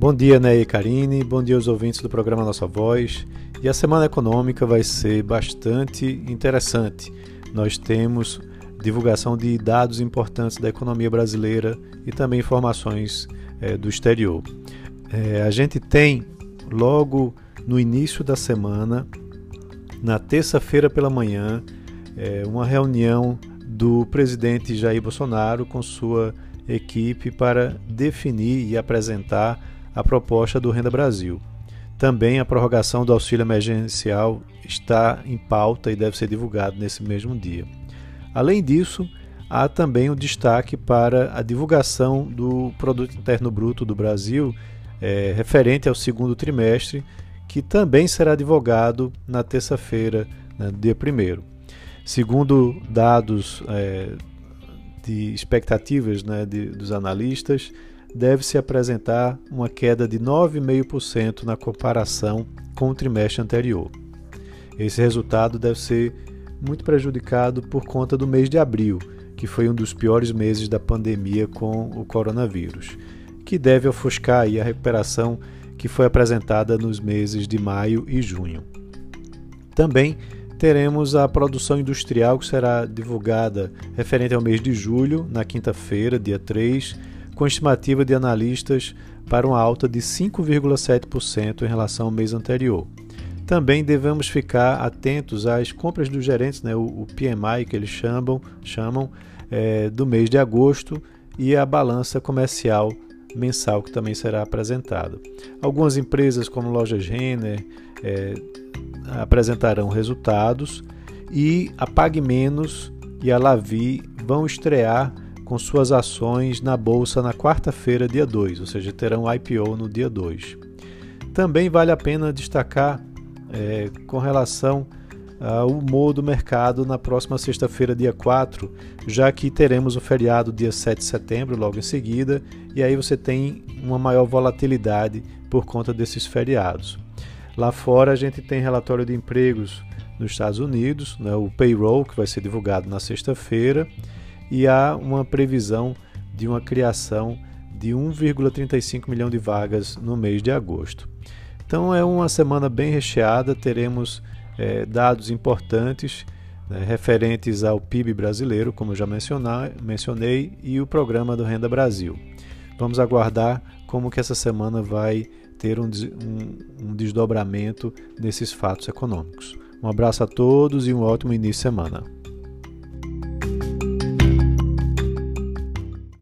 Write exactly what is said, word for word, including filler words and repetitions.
Bom dia, Ney e Karine, bom dia aos ouvintes do programa Nossa Voz. E a Semana Econômica vai ser bastante interessante. Nós temos divulgação de dados importantes da economia brasileira e também informações é, do exterior. É, a gente tem, logo no início da semana, na terça-feira pela manhã, é, uma reunião do presidente Jair Bolsonaro com sua equipe para definir e apresentar a proposta do Renda Brasil. Também a prorrogação do auxílio emergencial está em pauta e deve ser divulgado nesse mesmo dia. Além disso, há também um destaque para a divulgação do Produto Interno Bruto do Brasil, é, referente ao segundo trimestre, que também será divulgado na terça-feira, né, dia primeiro. Segundo dados é, de expectativas, né, de, dos analistas, deve-se apresentar uma queda de nove vírgula cinco por cento na comparação com o trimestre anterior. Esse resultado deve ser muito prejudicado por conta do mês de abril, que foi um dos piores meses da pandemia com o coronavírus, que deve ofuscar aí a recuperação que foi apresentada nos meses de maio e junho. Também teremos a produção industrial, que será divulgada referente ao mês de julho, na quinta-feira, dia três, com estimativa de analistas para uma alta de cinco vírgula sete por cento em relação ao mês anterior. Também devemos ficar atentos às compras dos gerentes, né, o, o P M I que eles chamam, chamam é, do mês de agosto, e a balança comercial mensal, que também será apresentada. Algumas empresas como Lojas Renner é, apresentarão resultados, e a Pague Menos e a Lavi vão estrear com suas ações na Bolsa na quarta-feira, dia dois, ou seja, terão I P O no dia dois. Também vale a pena destacar é, com relação ao humor do mercado na próxima sexta-feira, dia quatro, já que teremos o feriado dia sete de setembro, logo em seguida, e aí você tem uma maior volatilidade por conta desses feriados. Lá fora a gente tem relatório de empregos nos Estados Unidos, né, o payroll, que vai ser divulgado na sexta-feira, e há uma previsão de uma criação de um vírgula trinta e cinco milhão de vagas no mês de agosto. Então é uma semana bem recheada, teremos é, dados importantes, né, referentes ao P I B brasileiro, como eu já mencionei, e o programa do Renda Brasil. Vamos aguardar como que essa semana vai ter um, um, um desdobramento nesses fatos econômicos. Um abraço a todos e um ótimo início de semana.